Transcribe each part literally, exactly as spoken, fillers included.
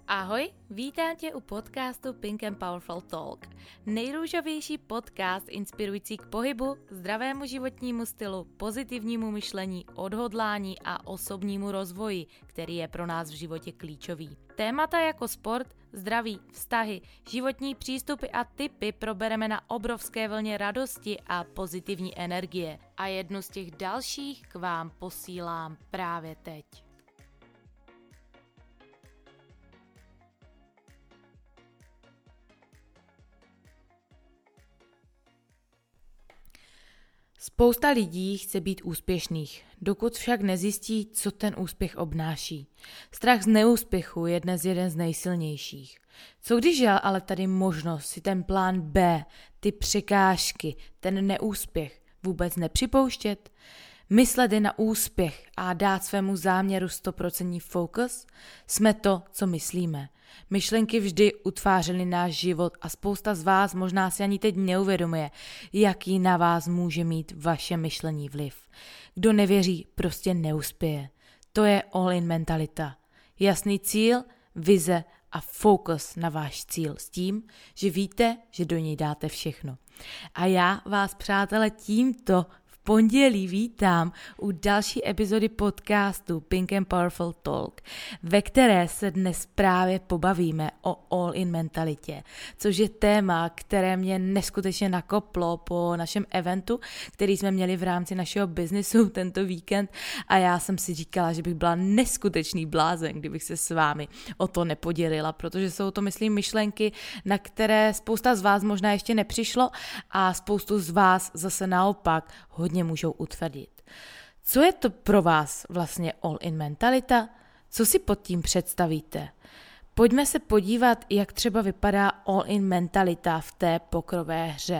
Ahoj, vítám tě u podcastu Pink and Powerful Talk. Nejrůžovější podcast inspirující k pohybu, zdravému životnímu stylu, pozitivnímu myšlení, odhodlání a osobnímu rozvoji, který je pro nás v životě klíčový. Témata jako sport, zdraví, vztahy, životní přístupy a tipy probereme na obrovské vlně radosti a pozitivní energie. A jednu z těch dalších k vám posílám právě teď. Spousta lidí chce být úspěšných, dokud však nezjistí, co ten úspěch obnáší. Strach z neúspěchu je dnes jeden z nejsilnějších. Co když je ale tady možnost si ten plán B, ty překážky, ten neúspěch vůbec nepřipouštět? Myslet je na úspěch a dát svému záměru sto procent fokus? Jsme to, co myslíme. Myšlenky vždy utvářely náš život a spousta z vás možná si ani teď neuvědomuje, jaký na vás může mít vaše myšlení vliv. Kdo nevěří, prostě neuspěje. To je all-in mentalita. Jasný cíl, vize a fokus na váš cíl s tím, že víte, že do něj dáte všechno. A já vás, přátelé, tímto pondělí vítám u další epizody podcastu Pink and Powerful Talk, ve které se dnes právě pobavíme o all-in mentalitě, což je téma, které mě neskutečně nakoplo po našem eventu, který jsme měli v rámci našeho biznisu tento víkend a já jsem si říkala, že bych byla neskutečný blázen, kdybych se s vámi o to nepodělila, protože jsou to, myslím, myšlenky, na které spousta z vás možná ještě nepřišlo a spoustu z vás zase naopak hodně můžou utvrdit. Co je to pro vás vlastně all-in mentalita? Co si pod tím představíte? Pojďme se podívat, jak třeba vypadá all-in mentalita v té pokrové hře.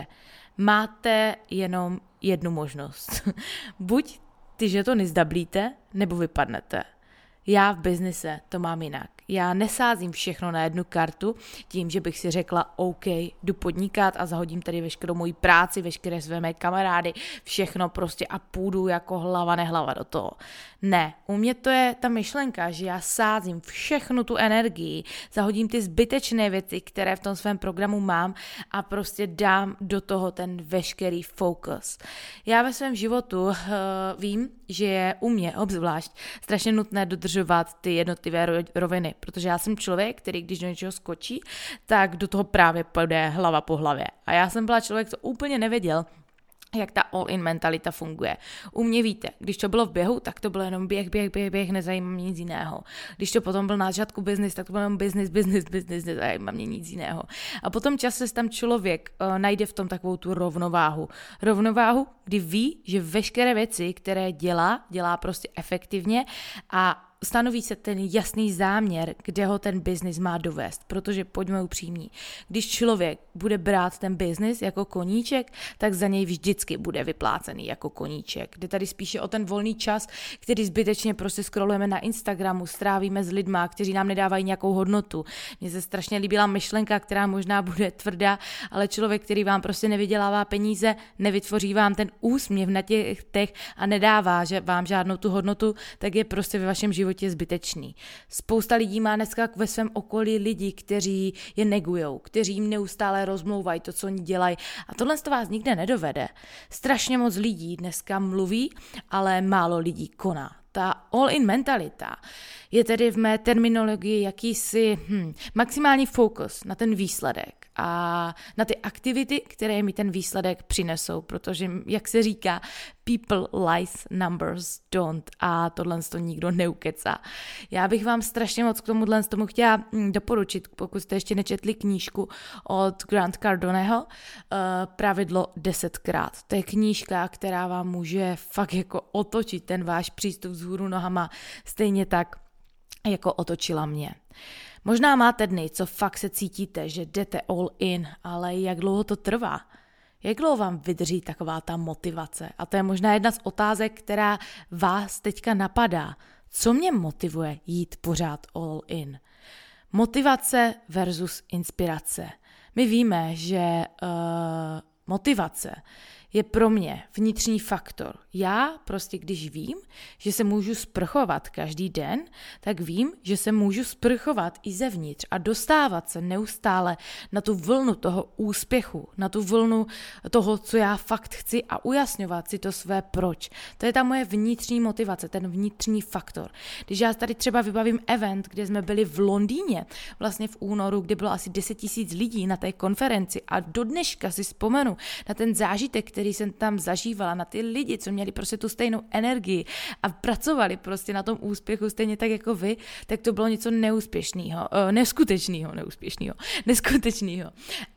Máte jenom jednu možnost. Buď ty žetony zdablíte, nebo vypadnete. Já v biznise to mám jinak. Já nesázím všechno na jednu kartu tím, že bych si řekla OK, jdu podnikat a zahodím tady veškerou moji práci, veškeré své mé kamarády, všechno prostě a půjdu jako hlava nehlava do toho. Ne, u mě to je ta myšlenka, že já sázím všechnu tu energii, zahodím ty zbytečné věci, které v tom svém programu mám a prostě dám do toho ten veškerý fokus. Já ve svém životu uh, vím, že je u mě obzvlášť strašně nutné dodržovat ty jednotlivé roviny, protože já jsem člověk, který když do něčeho skočí, tak do toho právě půjde hlava po hlavě. A já jsem byla člověk, co úplně nevěděl, jak ta all-in mentalita funguje. U mě víte, když to bylo v běhu, tak to bylo jenom běh, běh, běh, běh, nezajímá mě nic jiného. Když to potom byl na začátku business, tak to bylo jenom business, business, business, nezajímá mě nic jiného. A potom čase tam člověk uh, najde v tom takovou tu rovnováhu. Rovnováhu, kdy ví, že veškeré věci, které dělá, dělá prostě efektivně a stanoví se ten jasný záměr, kde ho ten biznis má dovést, protože pojďme upřímní, když člověk bude brát ten biznis jako koníček, tak za něj vždycky bude vyplácený jako koníček. Jde tady spíše o ten volný čas, který zbytečně prostě scrollujeme na Instagramu, strávíme s lidma, kteří nám nedávají nějakou hodnotu. Mně se strašně líbila myšlenka, která možná bude tvrdá, ale člověk, který vám prostě nevydělává peníze, nevytvoří vám ten úsměv na těch těch a nedává že vám žádnou tu hodnotu, tak je prostě ve vašem životě je zbytečný. Spousta lidí má dneska ve svém okolí lidi, kteří je negujou, kteří jim neustále rozmlouvají to, co oni dělají. A tohle to vás nikde nedovede. Strašně moc lidí dneska mluví, ale málo lidí koná. Ta all-in mentalita je tedy v mé terminologii jakýsi hm, maximální fokus na ten výsledek a na ty aktivity, které mi ten výsledek přinesou, protože, jak se říká, people lies, numbers don't a tohle to nikdo neukecá. Já bych vám strašně moc k tomuhle tomu chtěla doporučit, pokud jste ještě nečetli knížku od Grant Cardoneho, uh, Pravidlo desetkrát. To je knížka, která vám může fakt jako otočit ten váš přístup vzhůru nohama, stejně tak, jako otočila mě. Možná máte dny, co fakt se cítíte, že jdete all in, ale jak dlouho to trvá? Jak dlouho vám vydrží taková ta motivace? A to je možná jedna z otázek, která vás teďka napadá. Co mě motivuje jít pořád all in? Motivace versus inspirace. My víme, že uh, motivace je pro mě vnitřní faktor. Já prostě, když vím, že se můžu sprchovat každý den, tak vím, že se můžu sprchovat i zevnitř a dostávat se neustále na tu vlnu toho úspěchu, na tu vlnu toho, co já fakt chci a ujasňovat si to své proč. To je ta moje vnitřní motivace, ten vnitřní faktor. Když já tady třeba vybavím event, kde jsme byli v Londýně, vlastně v únoru, kde bylo asi deset tisíc lidí na té konferenci a do dneška si vzpomenu na ten zážitek, který jsem tam zažívala, na ty lidi, co měli prostě tu stejnou energii a pracovali prostě na tom úspěchu stejně tak jako vy, tak to bylo něco neúspěšného, neskutečného, neúspěšného, neskutečného.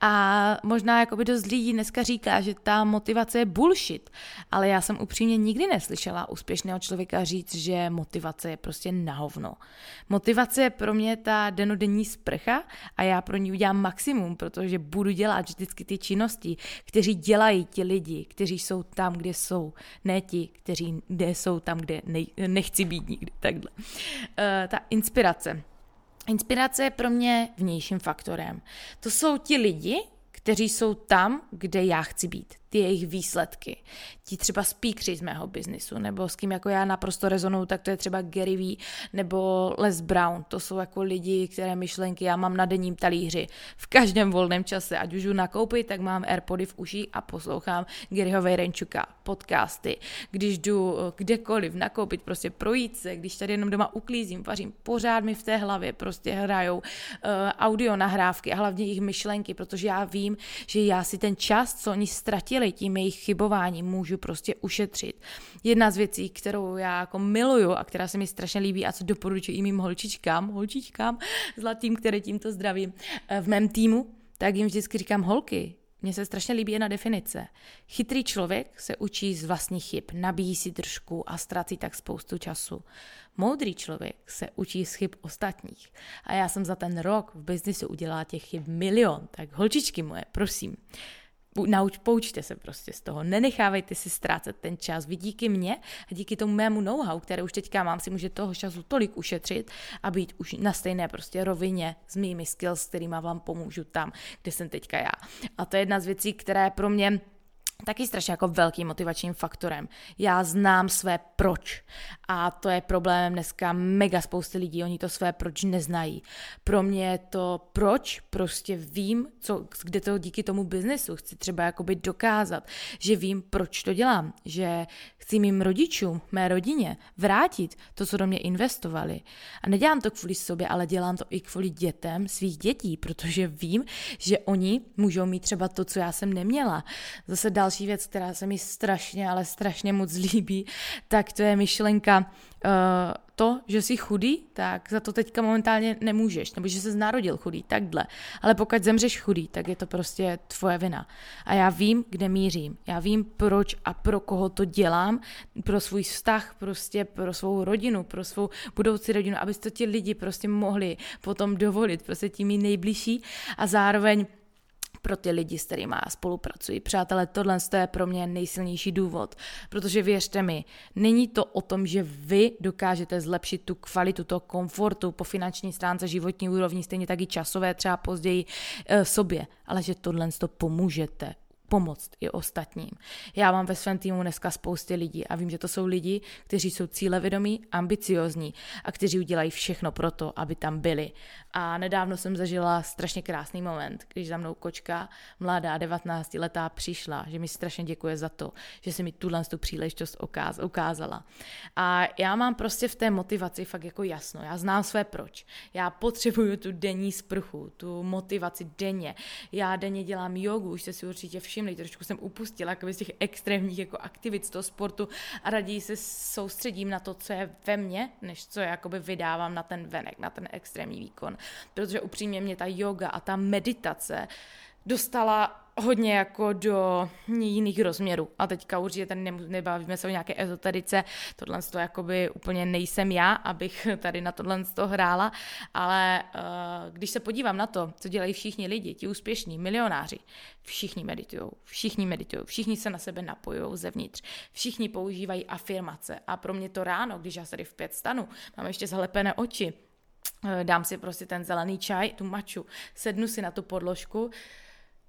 A možná jakoby dost lidí dneska říká, že ta motivace je bullshit, ale já jsem upřímně nikdy neslyšela úspěšného člověka říct, že motivace je prostě na hovno. Motivace je pro mě ta denodenní sprcha a já pro ní udělám maximum, protože budu dělat vždycky ty činnosti, kteří dělají ti lidi, kteří jsou tam, kde jsou, ne ti, kteří kde jsou tam, kde ne, nechci být nikdy, takhle. Uh, ta inspirace. Inspirace je pro mě vnějším faktorem. To jsou ti lidi, kteří jsou tam, kde já chci být. Ty jejich výsledky. Ti třeba speakři z mého biznisu, nebo s kým jako já naprosto rezonuju, tak to je třeba Gary Vee nebo Les Brown. To jsou jako lidi, které myšlenky já mám na denním talíři. V každém volném čase, ať už jdu nakoupit, tak mám AirPody v uších a poslouchám Garyho Vaynerchuka, podcasty. Když jdu kdekoliv nakoupit, prostě projít se, když tady jenom doma uklízím, vařím, pořád mi v té hlavě prostě hrajou uh, audio nahrávky a hlavně jejich myšlenky, protože já vím, že já si ten čas, co oni ztratili tím jejich chybováním, můžu prostě ušetřit. Jedna z věcí, kterou já jako miluju a která se mi strašně líbí a co doporučuji i mým holčičkám, holčičkám zlatým, které tímto zdravím, v mém týmu, tak jim vždycky říkám, holky, mně se strašně líbí jedna definice. Chytrý člověk se učí z vlastních chyb, nabíjí si držku a ztrácí tak spoustu času. Moudrý člověk se učí z chyb ostatních. A já jsem za ten rok v biznisu udělala těch chyb milion, tak holčičky moje, prosím, Nauč, poučte se prostě z toho, nenechávejte si ztrácet ten čas. Vy díky mně a díky tomu mému know-how, které už teďka mám, si může toho času tolik ušetřit a být už na stejné prostě rovině s mými skills, kterýma vám pomůžu tam, kde jsem teďka já. A to je jedna z věcí, která je pro mě taky strašně jako velkým motivačním faktorem. Já znám své proč a to je problém dneska mega spousty lidí, oni to své proč neznají. Pro mě je to proč, prostě vím, co, kde to díky tomu biznesu chci třeba jakoby dokázat, že vím, proč to dělám, že chci mým rodičům, mé rodině vrátit to, co do mě investovali. A nedělám to kvůli sobě, ale dělám to i kvůli dětem svých dětí, protože vím, že oni můžou mít třeba to, co já jsem neměla. Zase dal Další věc, která se mi strašně, ale strašně moc líbí, tak to je myšlenka uh, to, že jsi chudý, tak za to teďka momentálně nemůžeš, nebo že jsi narodil chudý, takhle. Ale pokud zemřeš chudý, tak je to prostě tvoje vina. A já vím, kde mířím. Já vím, proč a pro koho to dělám, pro svůj vztah, prostě pro svou rodinu, pro svou budoucí rodinu, aby to ti lidi prostě mohli potom dovolit, prostě ti mý nejbližší a zároveň pro ty lidi, s kterými já spolupracuji. Přátelé, tohle je pro mě nejsilnější důvod, protože věřte mi, není to o tom, že vy dokážete zlepšit tu kvalitu toho komfortu po finanční stránce, životní úrovni, stejně tak i časové třeba později e, sobě, ale že tohle to pomůžete pomoct i ostatním. Já mám ve svém týmu dneska spousty lidí a vím, že to jsou lidi, kteří jsou cílevědomí, ambiciozní a kteří udělají všechno pro to, aby tam byli. A nedávno jsem zažila strašně krásný moment, když za mnou kočka, mladá, devatenáctiletá, přišla, že mi strašně děkuje za to, že se mi tuhle tu příležitost ukázala. A já mám prostě v té motivaci fakt jako jasno. Já znám své proč. Já potřebuju tu denní sprchu, tu motivaci denně. Já denně dělám jogu, už jste si určitě všimli, trošku jsem upustila z těch extrémních jako aktivit z toho sportu a raději se soustředím na to, co je ve mně, než co jakoby vydávám na ten venek, na ten extrémní výkon. Protože upřímně mě ta yoga a ta meditace dostala hodně jako do jiných rozměrů. A teďka určitě tady nebavíme se o nějaké ezoterice, tohle to jakoby úplně nejsem já, abych tady na tohle to hrála, ale uh, když se podívám na to, co dělají všichni lidi, ti úspěšní milionáři, všichni meditujou, všichni meditujou, všichni se na sebe napojujou zevnitř, všichni používají afirmace a pro mě to ráno, když já tady v pět stanu, mám ještě zalepené oči, dám si prostě ten zelený čaj, tu maču, sednu si na tu podložku,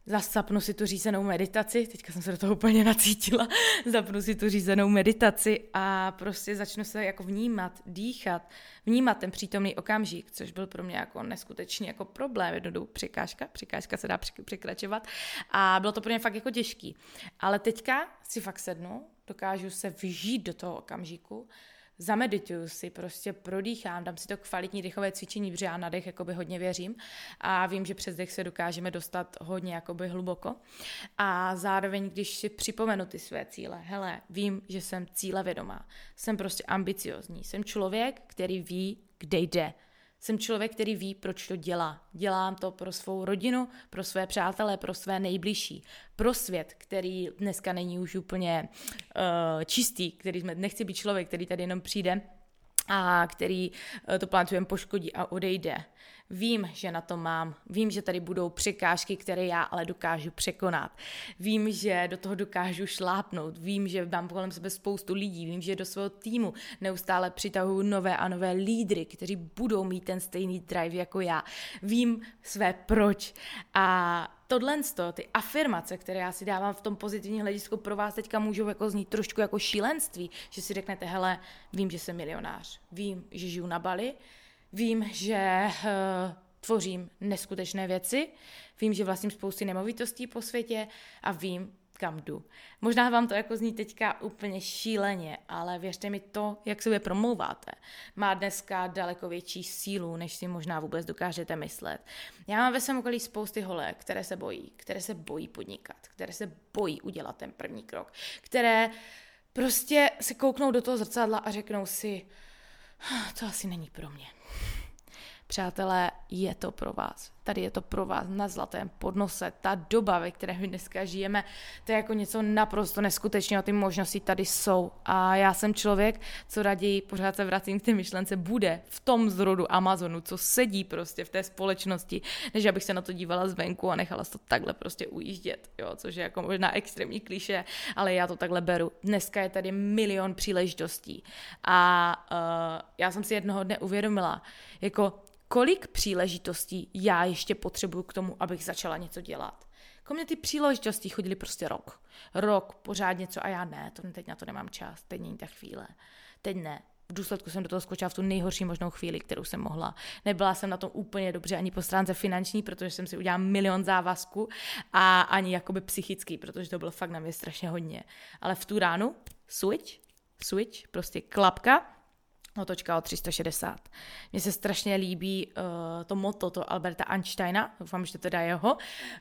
Zasapnu si tu řízenou meditaci, teďka jsem se do toho úplně nacítila, zapnu si tu řízenou meditaci a prostě začnu se jako vnímat, dýchat, vnímat ten přítomný okamžik, což byl pro mě jako neskutečný jako problém, jednou dobu překážka, překážka se dá překračovat a bylo to pro mě fakt jako těžký. Ale teďka si fakt sednu, dokážu se vžít do toho okamžiku, zamedituju si, prostě prodýchám, dám si to kvalitní dechové cvičení, protože já na dech jakoby hodně věřím a vím, že přes dech se dokážeme dostat hodně jakoby hluboko a zároveň, když si připomenu ty své cíle, hele, vím, že jsem cílevědomá, jsem prostě ambiciozní, jsem člověk, který ví, kde jde. Jsem člověk, který ví, proč to dělá. Dělám to pro svou rodinu, pro své přátelé, pro své nejbližší, pro svět, který dneska není už úplně uh, čistý, který jsme, nechci být člověk, který tady jenom přijde a který uh, to plántujeme poškodí a odejde. Vím, že na to mám. Vím, že tady budou překážky, které já ale dokážu překonat. Vím, že do toho dokážu šlápnout. Vím, že mám kolem sebe spoustu lidí. Vím, že do svého týmu neustále přitahuju nové a nové lídry, kteří budou mít ten stejný drive jako já. Vím své proč. A tohle, ty afirmace, které já si dávám v tom pozitivním hledisku, pro vás teďka můžou jako znít trošku jako šílenství, že si řeknete, hele, vím, že jsem milionář. Vím, že žiju na Bali. Vím, že uh, tvořím neskutečné věci, vím, že vlastním spousty nemovitostí po světě a vím, kam jdu. Možná vám to jako zní teďka úplně šíleně, ale věřte mi, to, jak sobě promlouváte, má dneska daleko větší sílu, než si možná vůbec dokážete myslet. Já mám ve svém okolí spousty holek, které se bojí, které se bojí podnikat, které se bojí udělat ten první krok, které prostě se kouknou do toho zrcadla a řeknou si, to asi není pro mě. Přátelé, je to pro vás. Tady je to pro vás na zlatém podnose. Ta doba, ve které my dneska žijeme, to je jako něco naprosto neskutečného. Ty možnosti tady jsou. A já jsem člověk, co raději, pořád se vracím k té myšlence, bude v tom zrodu Amazonu, co sedí prostě v té společnosti, než abych se na to dívala zvenku a nechala se to takhle prostě ujíždět. Jo, což je jako možná extrémní klišé, ale já to takhle beru. Dneska je tady milion příležitostí. A uh, já jsem si jednoho dne uvědomila, jako kolik příležitostí já ještě potřebuju k tomu, abych začala něco dělat. Ko mě ty příležitosti chodily prostě rok. Rok, pořád něco a já ne, to, teď na to nemám čas, teď není ta chvíle. Teď ne. V důsledku jsem do toho skočila v tu nejhorší možnou chvíli, kterou jsem mohla. Nebyla jsem na tom úplně dobře ani po stránce finanční, protože jsem si udělala milion závazků a ani jakoby psychický, protože to bylo fakt na mě strašně hodně. Ale v tu ránu switch, switch, prostě klapka, otočka o tři sta šedesát. Mně se strašně líbí uh, to motto, to Alberta Einsteina, doufám, že to teda jeho,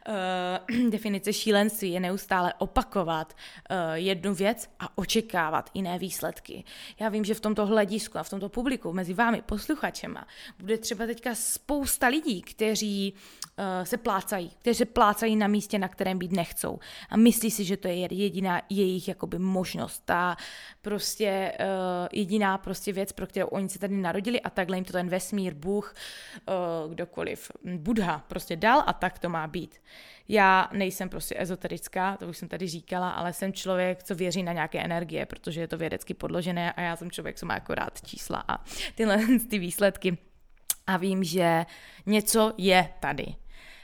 uh, definice šílenství je neustále opakovat uh, jednu věc a očekávat jiné výsledky. Já vím, že v tomto hledisku a v tomto publiku mezi vámi posluchačema bude třeba teďka spousta lidí, kteří uh, se plácají, kteří se plácají na místě, na kterém být nechcou a myslí si, že to je jediná jejich jakoby možnost, ta prostě uh, jediná prostě věc, pro kterou oni se tady narodili a takhle jim to ten vesmír, Bůh, kdokoliv, Buddha prostě dal a tak to má být. Já nejsem prostě ezoterická, to už jsem tady říkala, ale jsem člověk, co věří na nějaké energie, protože je to vědecky podložené a já jsem člověk, co má akorát čísla a tyhle ty výsledky. A vím, že něco je tady.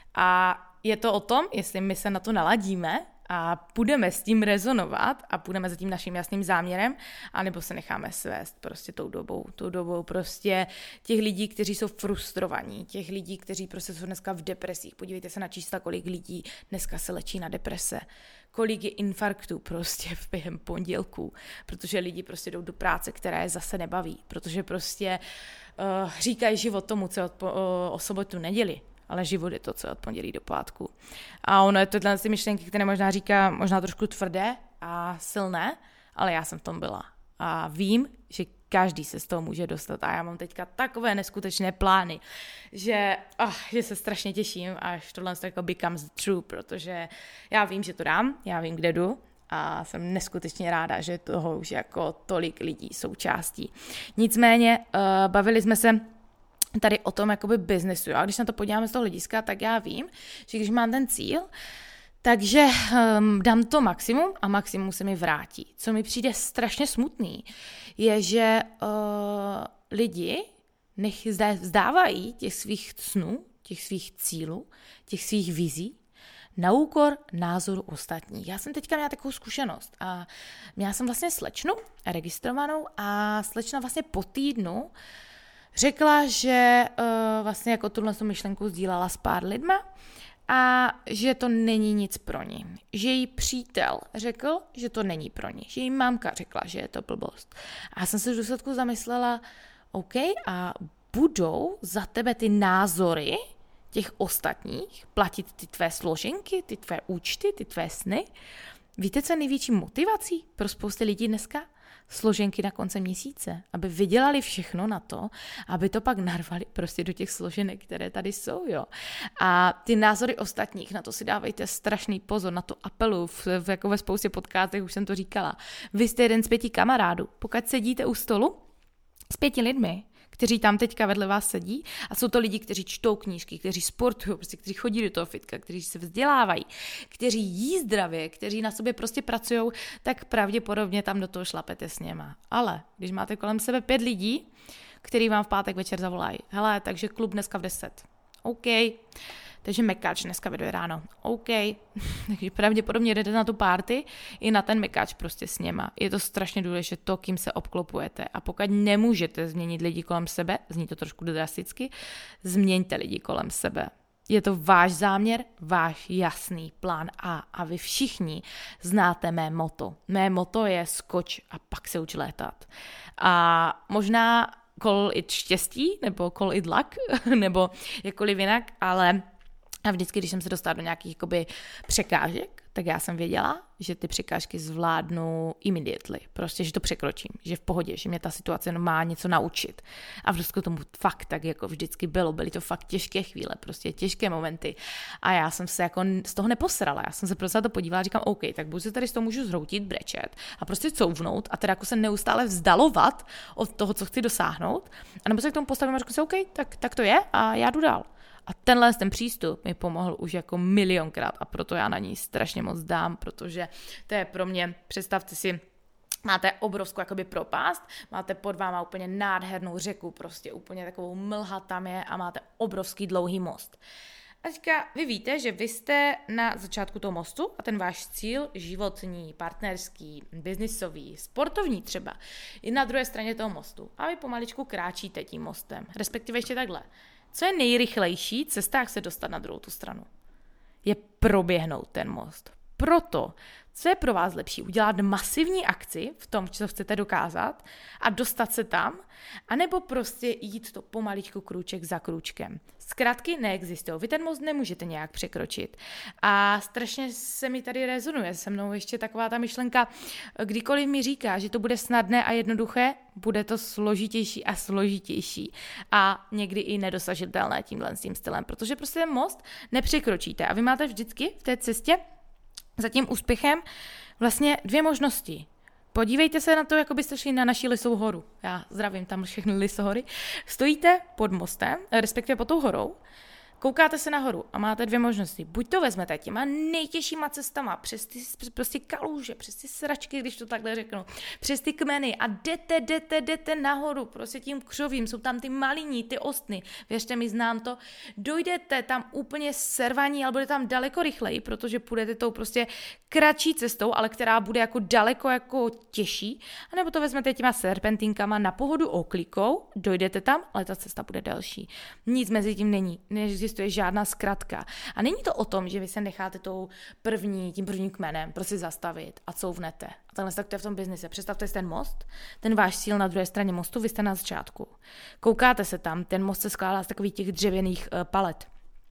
A je to o tom, jestli my se na to naladíme a budeme s tím rezonovat a budeme za tím naším jasným záměrem, anebo se necháme svést prostě tou dobou, tou dobou prostě těch lidí, kteří jsou frustrovaní, těch lidí, kteří prostě jsou dneska v depresích. Podívejte se na čísla, kolik lidí dneska se lečí na deprese, kolik je infarktů prostě v během pondělků, protože lidi prostě jdou do práce, která je zase nebaví, protože prostě uh, říkají život tomu, co od, uh, o sobotu neděli. Ale život je to, co je od pondělí do pátku. A ono je to tyhle ty myšlenky, které možná říká možná trošku tvrdé a silné, ale já jsem v tom byla. A vím, že každý se z toho může dostat. A já mám teďka takové neskutečné plány, že, oh, že se strašně těším, až tohle jako becomes true, protože já vím, že to dám, já vím, kde jdu. A jsem neskutečně ráda, že toho už jako tolik lidí součástí. Nicméně uh, bavili jsme se tady o tom jakoby biznesu. A když se na to podíváme z toho hlediska, tak já vím, že když mám ten cíl, takže um, dám to maximum a maximum se mi vrátí. Co mi přijde strašně smutný, je, že uh, lidi nech vzdávají těch svých snů, těch svých cílů, těch svých vizí na úkor názoru ostatních. Já jsem teďka měla takovou zkušenost a měla jsem vlastně slečnu registrovanou a slečna vlastně po týdnu řekla, že uh, vlastně jako tuhle myšlenku sdílala s pár lidma a že to není nic pro ní. Že její přítel řekl, že to není pro ní. Že její mámka řekla, že je to blbost. A já jsem se v důsledku zamyslela, OK, a budou za tebe ty názory těch ostatních platit ty tvé složenky, ty tvé účty, ty tvé sny? Víte, co je největší motivací pro spousty lidí dneska? Složenky na konce měsíce, aby vydělali všechno na to, aby to pak narvali prostě do těch složenek, které tady jsou, jo. A ty názory ostatních, na to si dávejte strašný pozor, na to apeluju, v, v, jako ve spoustě podcastech už jsem to říkala. Vy jste jeden z pěti kamarádů, pokud sedíte u stolu s pěti lidmi, kteří tam teďka vedle vás sedí a jsou to lidi, kteří čtou knížky, kteří sportují, prostě, kteří chodí do toho fitka, kteří se vzdělávají, kteří jí zdravě, kteří na sobě prostě pracují, tak pravděpodobně tam do toho šlapete s něma. Ale když máte kolem sebe pět lidí, který vám v pátek večer zavolají, hele, takže klub dneska v deset. OK. Takže mekáč dneska ve dvě ráno. OK. Takže pravděpodobně jdete na tu party i na ten mekáč prostě s něma. Je to strašně důležité to, kým se obklopujete. A pokud nemůžete změnit lidi kolem sebe, zní to trošku drasticky, změňte lidi kolem sebe. Je to váš záměr, váš jasný plán A. A vy všichni znáte mé motto. Mé motto je skoč a pak se uč létat. A možná call it štěstí, nebo call it luck, nebo jakkoliv jinak, ale a vždycky, když jsem se dostala do nějakých jakoby překážek, tak já jsem věděla, že ty překážky zvládnu immediately. Prostě, že to překročím, že v pohodě, že mě ta situace má něco naučit. A vždycky tomu fakt tak jako vždycky bylo. Byly to fakt těžké chvíle, prostě těžké momenty. A já jsem se jako z toho neposrala. Já jsem se prostě na to podívala a říkám, OK, tak buď se tady z toho můžu zhroutit, brečet a prostě couvnout a teda jako se neustále vzdalovat od toho, co chci dosáhnout. A nebo se k tomu postavím a řeknu si, OK, tak, tak to je a já jdu dál. A tenhle ten přístup mi pomohl už jako milionkrát a proto já na ní strašně moc dám, protože to je pro mě, představte si, máte obrovskou jakoby propást, máte pod váma úplně nádhernou řeku, prostě úplně takovou mlha tam je a máte obrovský dlouhý most. A teďka vy víte, že vy jste na začátku toho mostu a ten váš cíl životní, partnerský, biznisový, sportovní třeba je na druhé straně toho mostu. A vy pomaličku kráčíte tím mostem, respektive ještě takhle. Co je nejrychlejší cesta, jak se dostat na druhou tu stranu? Je proběhnout ten most. Proto, co je pro vás lepší? Udělat masivní akci v tom, co chcete dokázat a dostat se tam, anebo prostě jít to pomaličku krůček za krůčkem. Zkratky neexistují. Vy ten most nemůžete nějak překročit. A strašně se mi tady rezonuje se mnou ještě taková ta myšlenka, kdykoliv mi říká, že to bude snadné a jednoduché, bude to složitější a složitější. A někdy i nedosažitelné tímhle s tím stylem, protože prostě ten most nepřekročíte. A vy máte vždycky v té cestě za tím úspěchem vlastně dvě možnosti. Podívejte se na to, jako byste šli na naší Lisovou horu. Já zdravím tam všechny Lisohory. Stojíte pod mostem, respektive pod tou horou, koukáte se nahoru a máte dvě možnosti. Buď to vezmete těma nejtěžšíma cestama, přes ty prostě kaluže, přes ty sračky, když to takhle řeknu, přes ty kmeny a jdete, jdete, jdete nahoru, prostě tím křovím, jsou tam ty maliní, ty ostny, věřte mi, znám to, dojdete tam úplně servaní, ale bude tam daleko rychleji, protože půjdete tou prostě kratší cestou, ale která bude jako daleko jako těžší, anebo to vezmete těma serpentinkama na pohodu oklikou, dojdete tam, ale ta cesta bude delší. Nic mezi tím není, neexistuje žádná zkratka. A není to o tom, že vy se necháte tou první, tím prvním kmenem prostě zastavit a couvnete. A takhle tak to je v tom biznise. Představte si ten most, ten váš cíl na druhé straně mostu, vy jste na začátku. Koukáte se tam, ten most se skládá z takových těch dřevěných uh, palet.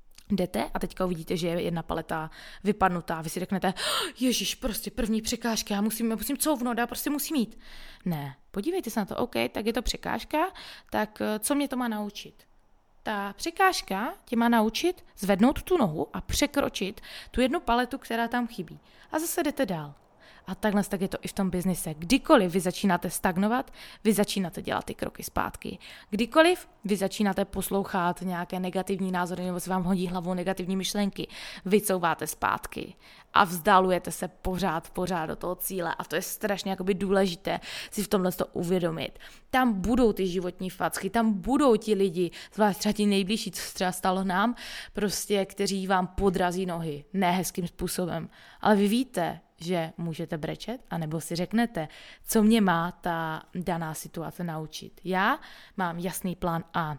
Jdete a teďka uvidíte, že je jedna paleta vypadnutá. Vy si řeknete, ježiš, prostě první překážka, já musím, já musím couvnout, já prostě musím jít. Ne, podívejte se na to, OK, tak je to překážka, tak co mě to má naučit? Ta překážka tě má naučit zvednout tu nohu a překročit tu jednu paletu, která tam chybí. A zase jdete dál. A takhle tak je to i v tom biznise. Kdykoliv vy začínáte stagnovat, vy začínáte dělat ty kroky zpátky. Kdykoliv vy začínáte poslouchat nějaké negativní názory nebo se vám hodí hlavou negativní myšlenky, vycouváte zpátky a vzdalujete se pořád, pořád do toho cíle. A to je strašně jakoby důležité si v tomhle to uvědomit. Tam budou ty životní facky, tam budou ti lidi, zvlášť třeba ti nejbližší, co se třeba stalo nám, prostě, kteří vám podrazí nohy, ne hezkým způsobem. Ale vy víte, že můžete brečet, anebo si řeknete, co mě má ta daná situace naučit. Já mám jasný plán A.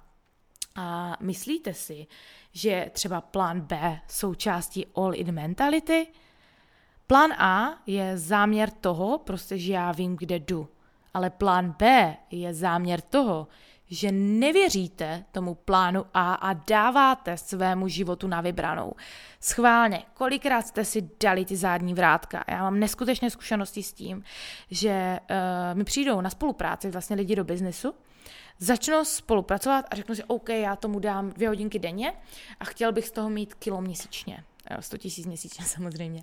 A myslíte si, že třeba plán B součástí all-in mentality? Plán A je záměr toho, prostě, že já vím, kde jdu. Ale plán B je záměr toho, že nevěříte tomu plánu A a dáváte svému životu na vybranou. Schválně, kolikrát jste si dali ty zádní vrátka. Já mám neskutečné zkušenosti s tím, že uh, mi přijdou na spolupráci vlastně lidi do biznesu, začnou spolupracovat a řeknu si, OK, já tomu dám dvě hodinky denně a chtěl bych z toho mít kilo měsíčně. sto tisíc měsíčně samozřejmě.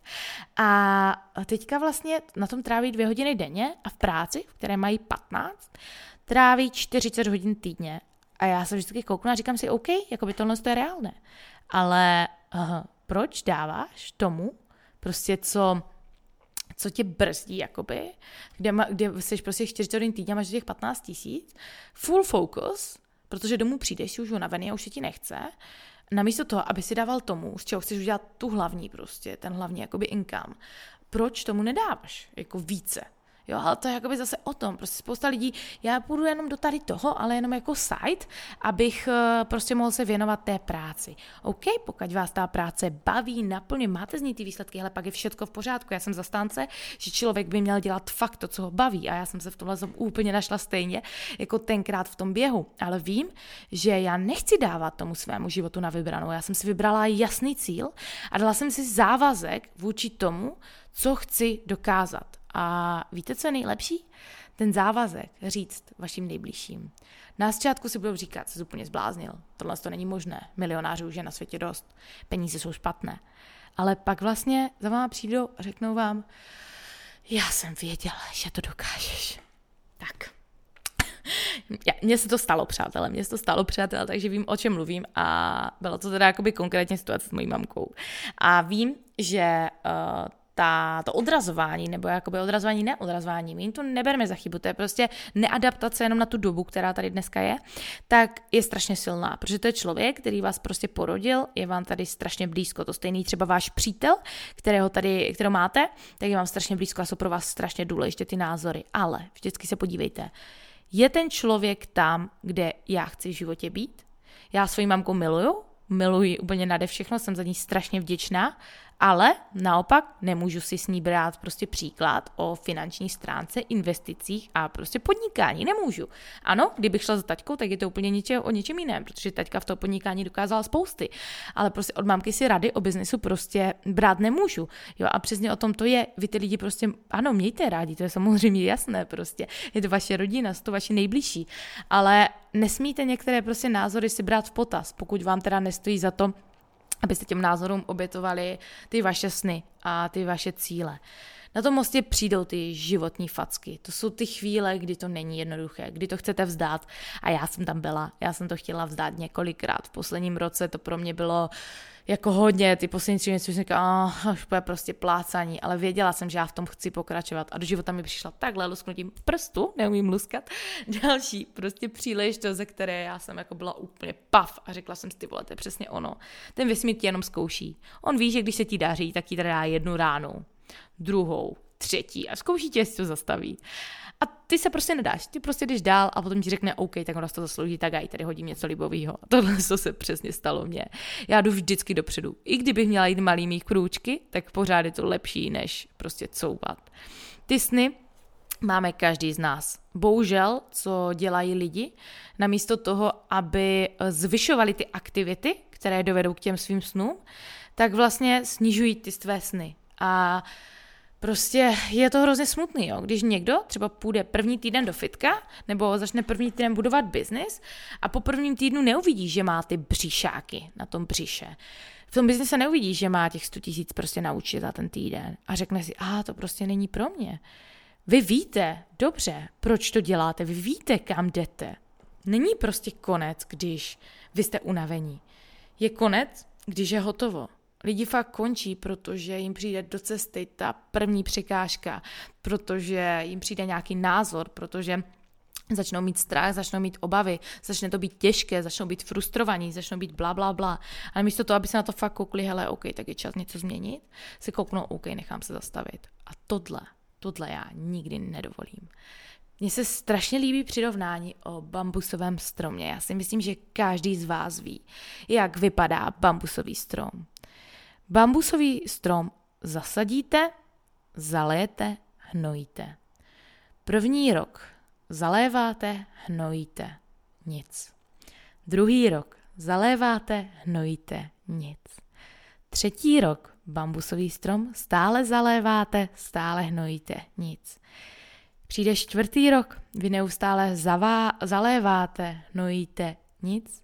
A teďka vlastně na tom tráví dvě hodiny denně a v práci, v které mají patnáct, tráví čtyřicet hodin týdně. A já se vždycky kouknu a říkám si, OK, jako by tohle je reálné. Ale uh, proč dáváš tomu prostě, co, co tě brzdí, jakoby, kde, ma, kde jsi prostě čtyřicet hodin týdně, máš těch patnáct tisíc, full focus, protože domů přijdeš, si už unavený a už se ti nechce, namísto toho, aby si dával tomu, z čeho chceš udělat tu hlavní prostě, ten hlavní jakoby income, proč tomu nedáváš jako více? Jo, ale to je jakoby zase o tom, prostě spousta lidí, já půjdu jenom do tady toho, ale jenom jako side, abych uh, prostě mohl se věnovat té práci. OK, pokud vás ta práce baví, naplně, máte z ní ty výsledky, ale pak je všechno v pořádku. Já jsem zastánce, že člověk by měl dělat fakt to, co ho baví a já jsem se v tomhle úplně našla stejně, jako tenkrát v tom běhu. Ale vím, že já nechci dávat tomu svému životu na vybranou. Já jsem si vybrala jasný cíl a dala jsem si závazek vůči tomu, co chci dokázat. A víte, co je nejlepší? Ten závazek říct vašim nejbližším. Na začátku si budou říkat, jsi úplně zbláznil, tohle to není možné, milionářů už je na světě dost, peníze jsou špatné. Ale pak vlastně za váma přijdou a řeknou vám, já jsem věděla, že to dokážeš. Tak. Mně se to stalo, přátelé, mně se to stalo, přátelé, takže vím, o čem mluvím a bylo to teda jakoby konkrétně situace s mojí mamkou. A vím, že uh, Ta, to odrazování, nebo jakoby odrazování, neodrazování, my jim to nebereme za chybu, to je prostě neadaptace jenom na tu dobu, která tady dneska je, tak je strašně silná, protože to je člověk, který vás prostě porodil, je vám tady strašně blízko, to stejný třeba váš přítel, kterého tady, kterého máte, tak je vám strašně blízko a jsou pro vás strašně důležité ty názory, ale vždycky se podívejte, je ten člověk tam, kde já chci v životě být? Já svoji mamku miluju, miluji úplně nade všechno, jsem za ní strašně vděčná, ale naopak nemůžu si s ní brát prostě příklad o finanční stránce, investicích a prostě podnikání. Nemůžu. Ano, kdybych šla za taťkou, tak je to úplně něče, o něčem jiném, protože taťka v toho podnikání dokázala spousty. Ale prostě od mámky si rady o biznesu prostě brát nemůžu. Jo, a přesně o tom to je. Vy ty lidi prostě, ano, mějte rádi, to je samozřejmě jasné prostě. Je to vaše rodina, jsou to vaši nejbližší. Ale nesmíte některé prostě názory si brát v potaz, pokud vám teda nestojí za to, abyste těm názorům obětovali ty vaše sny a ty vaše cíle. Na tom mostě přijdou ty životní facky. To jsou ty chvíle, kdy to není jednoduché, kdy to chcete vzdát. A já jsem tam byla. Já jsem to chtěla vzdát několikrát. V posledním roce to pro mě bylo jako hodně. Ty poslední tři měsíce jsem říkala, oh, už bude prostě plácaní. Ale věděla jsem, že já v tom chci pokračovat. A do života mi přišla takhle lusknutím prstu, neumím luskat, další prostě příležitost, ze které já jsem jako byla úplně paf. A řekla jsem si, ty vole, to je přesně ono. Ten vesmír ti jenom zkouší. On ví, že když se ti daří, tak ti dá jednu ránu, druhou, třetí a zkouší tě, jestli to zastaví. A ty se prostě nedáš, ty prostě jdeš dál a potom ti řekne, OK, tak ono to zaslouží, tak já jí tady hodím něco libovýho. A tohle to se přesně stalo mně. Já jdu vždycky dopředu. I kdybych měla jít malý mých krůčky, tak pořád je to lepší, než prostě couvat. Ty sny máme každý z nás. Bohužel, co dělají lidi, namísto toho, aby zvyšovali ty aktivity, které dovedou k těm svým snům, tak vlastně snižují ty své sny. A Prostě je to hrozně smutný, jo? Když někdo třeba půjde první týden do fitka nebo začne první týden budovat biznis a po prvním týdnu neuvidí, že má ty bříšáky na tom břiše. V tom biznise neuvidí, že má těch sto tisíc prostě naučit za ten týden a řekne si, a to prostě není pro mě. Vy víte, dobře, proč to děláte, vy víte, kam jdete. Není prostě konec, když vy jste unavení. Je konec, když je hotovo. Lidi fakt končí, protože jim přijde do cesty ta první překážka, protože jim přijde nějaký názor, protože začnou mít strach, začnou mít obavy, začne to být těžké, začnou být frustrovaní, začnou být bla, bla, bla. Ale místo toho, aby se na to fakt koukli, hele, OK, tak je čas něco změnit, si kouknou, OK, nechám se zastavit. A tohle, tohle já nikdy nedovolím. Mně se strašně líbí přirovnání o bambusovém stromě. Já si myslím, že každý z vás ví, jak vypadá bambusový strom. Bambusový strom zasadíte, zalejete, hnojíte. První rok zaléváte, hnojíte, nic. Druhý rok zaléváte, hnojíte, nic. Třetí rok bambusový strom stále zaléváte, stále hnojíte, nic. Přijde čtvrtý rok, vy neustále zavá, zaléváte, hnojíte, nic.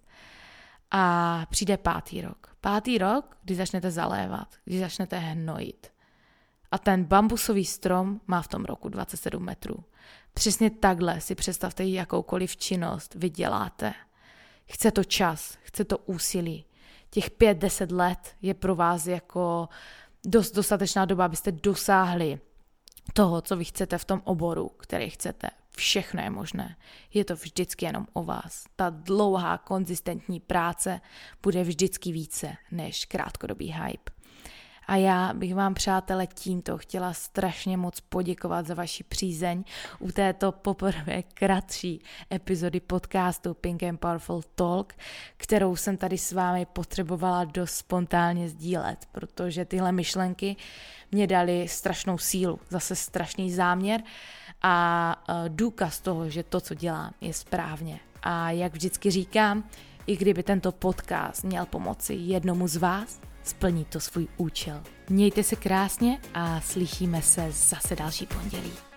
A přijde pátý rok. Pátý rok, kdy začnete zalévat, kdy začnete hnojit. A ten bambusový strom má v tom roku dvacet sedm metrů. Přesně takhle si představte, jakoukoliv činnost vy děláte. Chce to čas, chce to úsilí. Těch pět, deset let je pro vás jako dost dostatečná doba, abyste dosáhli toho, co vy chcete v tom oboru, který chcete. Všechno je možné. Je to vždycky jenom o vás. Ta dlouhá, konzistentní práce bude vždycky více než krátkodobý hype. A já bych vám, přátelé, tímto chtěla strašně moc poděkovat za vaši přízeň u této poprvé kratší epizody podcastu Pink and Powerful Talk, kterou jsem tady s vámi potřebovala dost spontánně sdílet, protože tyhle myšlenky mě daly strašnou sílu, zase strašný záměr a důkaz toho, že to, co dělám, je správně. A jak vždycky říkám, i kdyby tento podcast měl pomoci jednomu z vás, splní to svůj účel. Mějte se krásně a slyšíme se zase další pondělí.